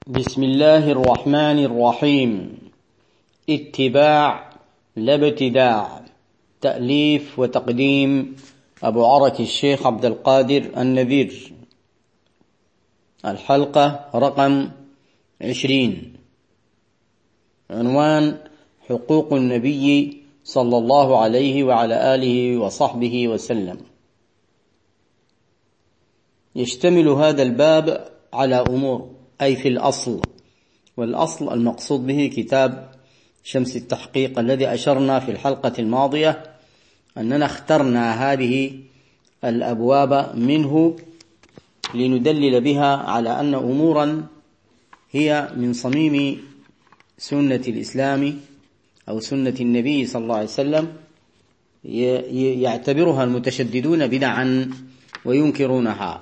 بسم الله الرحمن الرحيم. اتباع لا ابتداع. تأليف وتقديم أبو عرك الشيخ عبد القادر النذير. الحلقة رقم 20. عنوان: حقوق النبي صلى الله عليه وعلى آله وصحبه وسلم. يشتمل هذا الباب على أمور، أي في الأصل، والأصل المقصود به كتاب شمس التحقيق الذي أشرنا في الحلقة الماضية أننا اخترنا هذه الأبواب منه لندلل بها على أن أمورا هي من صميم سنة الإسلام أو سنة النبي صلى الله عليه وسلم يعتبرها المتشددون بدعا وينكرونها.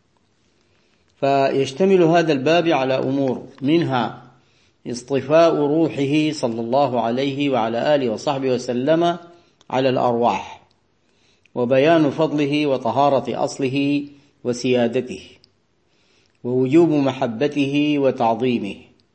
فيشتمل هذا الباب على أمور، منها اصطفاء روحه صلى الله عليه وعلى آله وصحبه وسلم على الأرواح، وبيان فضله وطهارة أصله وسيادته، ووجوب محبته وتعظيمه،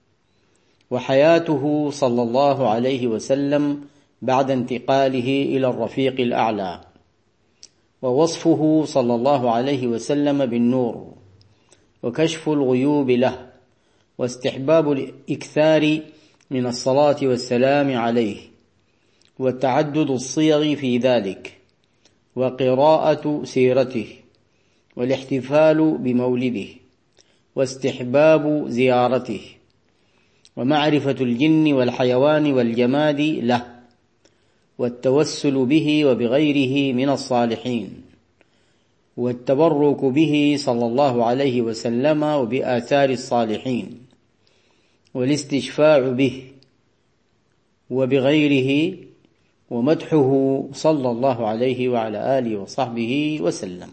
وحياته صلى الله عليه وسلم بعد انتقاله إلى الرفيق الأعلى، ووصفه صلى الله عليه وسلم بالنور، وكشف الغيوب له، واستحباب الإكثار من الصلاة والسلام عليه، وتعدد الصيغ في ذلك، وقراءة سيرته، والاحتفال بمولده، واستحباب زيارته، ومعرفة الجن والحيوان والجماد له، والتوسل به وبغيره من الصالحين، والتبرك به صلى الله عليه وسلم وبآثار الصالحين، والاستشفاع به وبغيره، ومدحه صلى الله عليه وعلى آله وصحبه وسلم.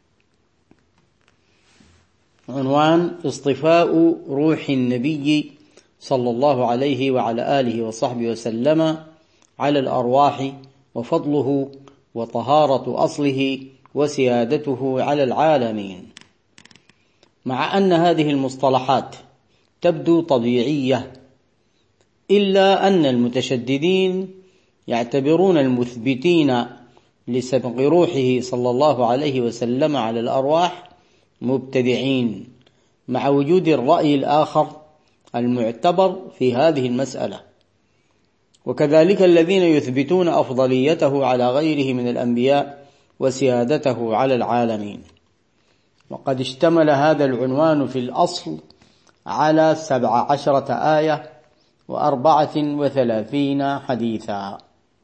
عنوان: اصطفاء روح النبي صلى الله عليه وعلى آله وصحبه وسلم على الأرواح، وفضله وطهارة أصله وسيادته على العالمين. مع أن هذه المصطلحات تبدو طبيعية، إلا أن المتشددين يعتبرون المثبتين لسبق روحه صلى الله عليه وسلم على الأرواح مبتدعين، مع وجود الرأي الآخر المعتبر في هذه المسألة، وكذلك الذين يثبتون أفضليته على غيره من الأنبياء وسيادته على العالمين. وقد اشتمل هذا العنوان في الأصل على 17 آية و34 حديثا.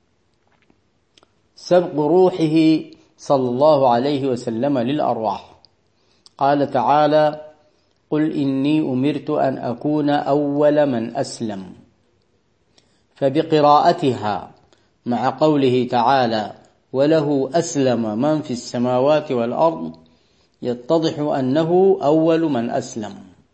سبق روحه صلى الله عليه وسلم للأرواح. قال تعالى: قل إني أمرت أن أكون أول من أسلم. فبقراءتها مع قوله تعالى: وله أسلم من في السماوات والأرض، يتضح أنه أول من أسلم.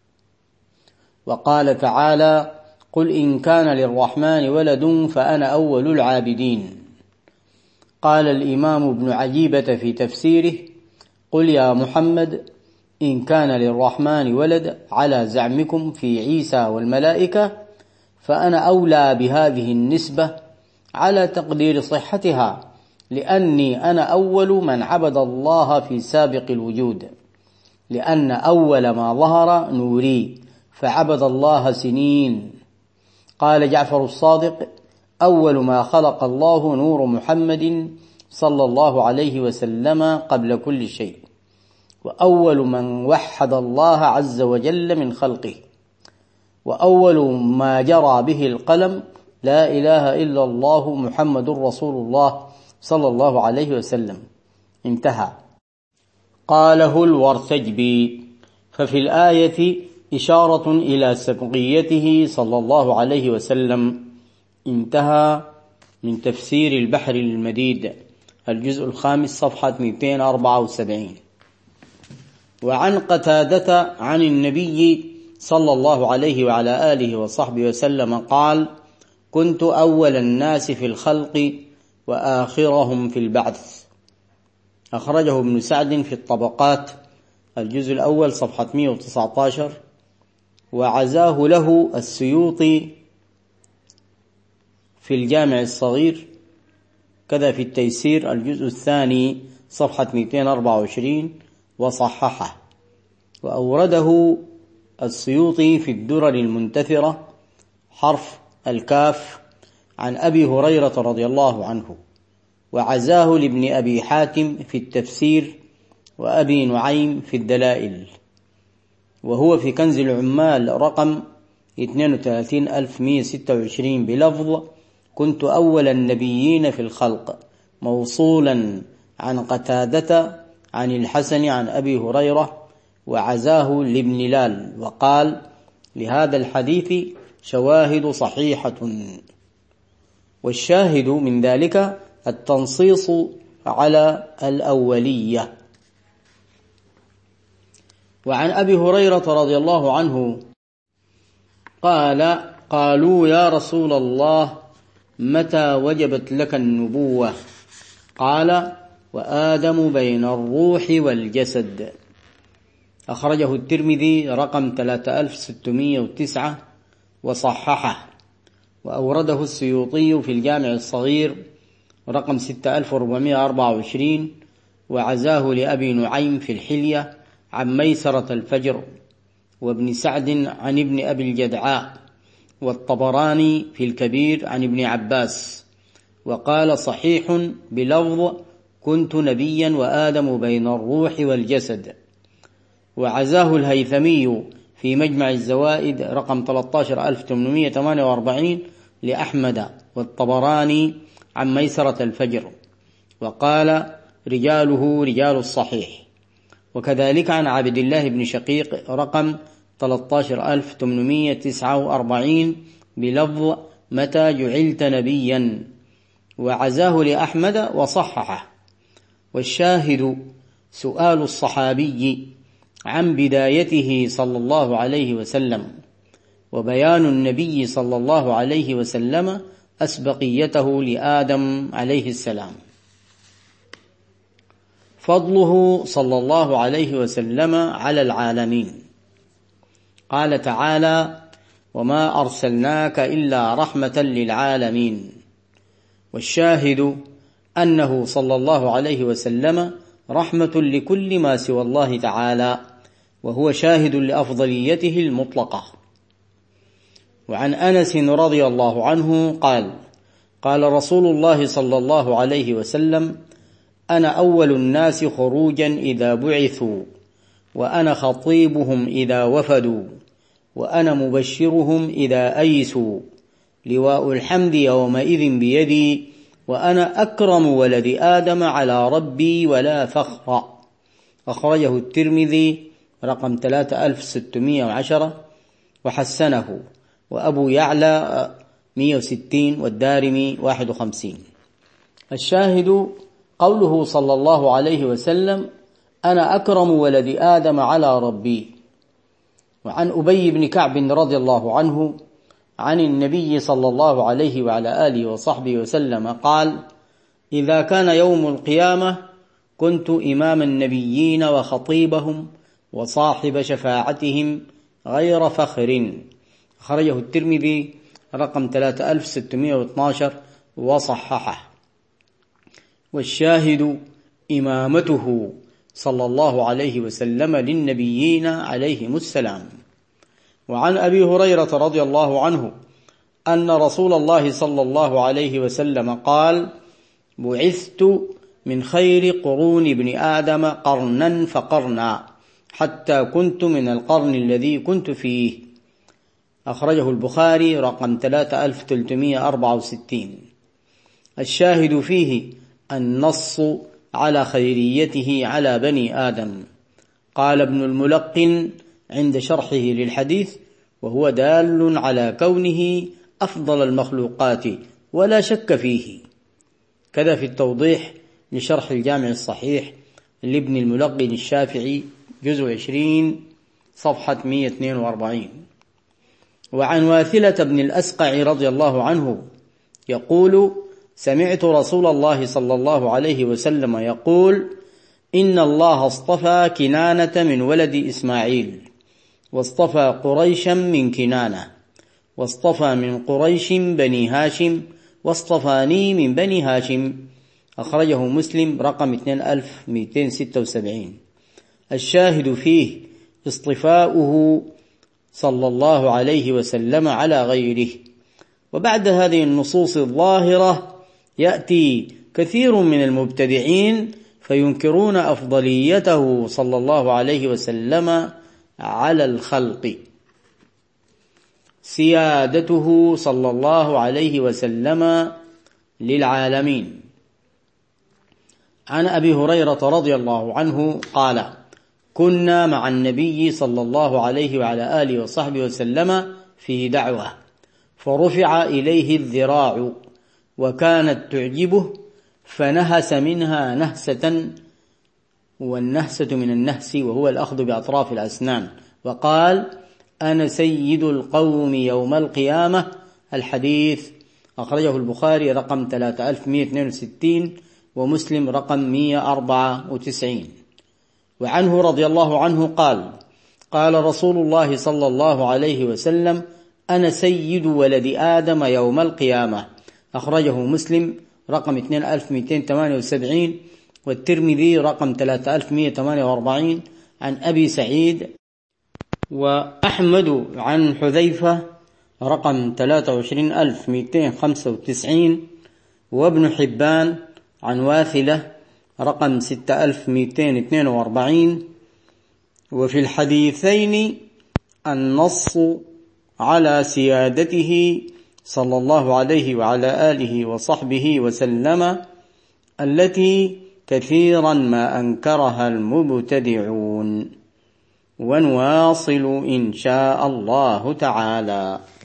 وقال تعالى: قل إن كان للرحمن ولد فأنا أول العابدين. قال الإمام ابن عجيبة في تفسيره: قل يا محمد إن كان للرحمن ولد على زعمكم في عيسى والملائكة، فأنا أولى بهذه النسبة على تقدير صحتها، لأني أنا أول من عبد الله في سابق الوجود، لأن أول ما ظهر نوري فعبد الله سنين. قال جعفر الصادق: أول ما خلق الله نور محمد صلى الله عليه وسلم قبل كل شيء، وأول من وحد الله عز وجل من خلقه، وأول ما جرى به القلم لا إله إلا الله محمد رسول الله صلى الله عليه وسلم. انتهى. قاله الورتجبي. ففي الآية إشارة إلى سبقيته صلى الله عليه وسلم. انتهى من تفسير البحر المديد، الجزء 5 صفحة 274. وعن قتادة عن النبي صلى الله عليه وعلى آله وصحبه وسلم قال: كنت أول الناس في الخلق وآخرهم في البعث. أخرجه ابن سعد في الطبقات، الجزء الأول صفحة 119، وعزاه له السيوطي في الجامع الصغير، كذا في التيسير الجزء الثاني صفحة 224 وصححه. وأورده السيوطي في الدرر المنتثرة حرف الكاف عن أبي هريرة رضي الله عنه، وعزاه لابن أبي حاتم في التفسير وأبي نعيم في الدلائل، وهو في كنز العمال رقم 32126 بلفظ كنت أول النبيين في الخلق، موصولا عن قتادة عن الحسن عن أبي هريرة، وعزاه لابن لال، وقال لهذا الحديث شواهد صحيحة. والشاهد من ذلك التنصيص على الأولية. وعن أبي هريرة رضي الله عنه قال قالوا يا رسول الله متى وجبت لك النبوة؟ قال وآدم بين الروح والجسد. أخرجه الترمذي رقم 3609 وصححه، وأورده السيوطي في الجامع الصغير رقم 6424، وعزاه لأبي نعيم في الحلية عن ميسرة الفجر وابن سعد عن ابن أبي الجدعاء، والطبراني في الكبير عن ابن عباس، وقال صحيح بلفظ كنت نبيا وآدم بين الروح والجسد. وعزاه الهيثمي في مجمع الزوائد رقم 13848 لأحمد والطبراني عن ميسرة الفجر، وقال رجاله رجال الصحيح. وكذلك عن عبد الله بن شقيق رقم 13849 بلفظ متى جعلت نبيا، وعزاه لأحمد وصححه. والشاهد سؤال الصحابي عن بدايته صلى الله عليه وسلم، وبيان النبي صلى الله عليه وسلم أسبقيته لآدم عليه السلام. فضله صلى الله عليه وسلم على العالمين. قال تعالى وما أرسلناك إلا رحمة للعالمين. والشاهد أنه صلى الله عليه وسلم رحمة لكل ما سوى الله تعالى، وهو شاهد لأفضليته المطلقة. وعن أنس رضي الله عنه قال قال رسول الله صلى الله عليه وسلم أنا أول الناس خروجا إذا بعثوا، وأنا خطيبهم إذا وفدوا، وأنا مبشرهم إذا أيسوا، لواء الحمد يومئذ بيدي، وأنا أكرم ولد آدم على ربي ولا فخر. أخرجه الترمذي رقم 3610 وحسنه، وأبو يعلى 160 والدارمي 51. الشاهد قوله صلى الله عليه وسلم أنا أكرم ولد آدم على ربي. وعن أبي بن كعب رضي الله عنه عن النبي صلى الله عليه وعلى آله وصحبه وسلم قال إذا كان يوم القيامة كنت إمام النبيين وخطيبهم وصاحب شفاعتهم غير فخر. أخرجه الترمذي رقم 3612 وصححه. والشاهد إمامته صلى الله عليه وسلم للنبيين عليهم السلام. وعن أبي هريرة رضي الله عنه أن رسول الله صلى الله عليه وسلم قال بعثت من خير قرون ابن آدم قرنا فقرنا حتى كنت من القرن الذي كنت فيه. أخرجه البخاري رقم 3364. الشاهد فيه النص على خيريته على بني آدم. قال ابن الملقن عند شرحه للحديث وهو دال على كونه أفضل المخلوقات ولا شك فيه. كذا في التوضيح لشرح الجامع الصحيح لابن الملقن الشافعي جزء 20 صفحة 142. وعن واثلة بن الأسقع رضي الله عنه يقول سمعت رسول الله صلى الله عليه وسلم يقول إن الله اصطفى كنانة من ولد إسماعيل واصطفى قريشا من كنانة، واصطفى من قريش بني هاشم، واصطفاني من بني هاشم. أخرجه مسلم رقم 2276. الشاهد فيه اصطفاؤه صلى الله عليه وسلم على غيره. وبعد هذه النصوص الظاهرة يأتي كثير من المبتدعين فينكرون أفضليته صلى الله عليه وسلم على الخلق، سيادته صلى الله عليه وسلم للعالمين. عن أبي هريرة رضي الله عنه قال: كنا مع النبي صلى الله عليه وعلى آله وصحبه وسلم في دعوة، فرفع إليه الذراع وكانت تعجبه، فنهس منها نهسة، والنهسة من النهس وهو الأخذ بأطراف الأسنان، وقال: أنا سيد القوم يوم القيامة. الحديث أخرجه البخاري رقم 3162 ومسلم رقم 194. وعنه رضي الله عنه قال: قال رسول الله صلى الله عليه وسلم: أنا سيد ولد آدم يوم القيامة. أخرجه مسلم رقم 2278 والترمذي رقم 3148 عن أبي سعيد، وأحمد عن حذيفة رقم 23295، وابن حبان عن واثلة رقم 6242. وفي الحديثين النص على سيادته صلى الله عليه وعلى آله وصحبه وسلم، التي كثيرا ما أنكرها المبتدعون. ونواصل إن شاء الله تعالى.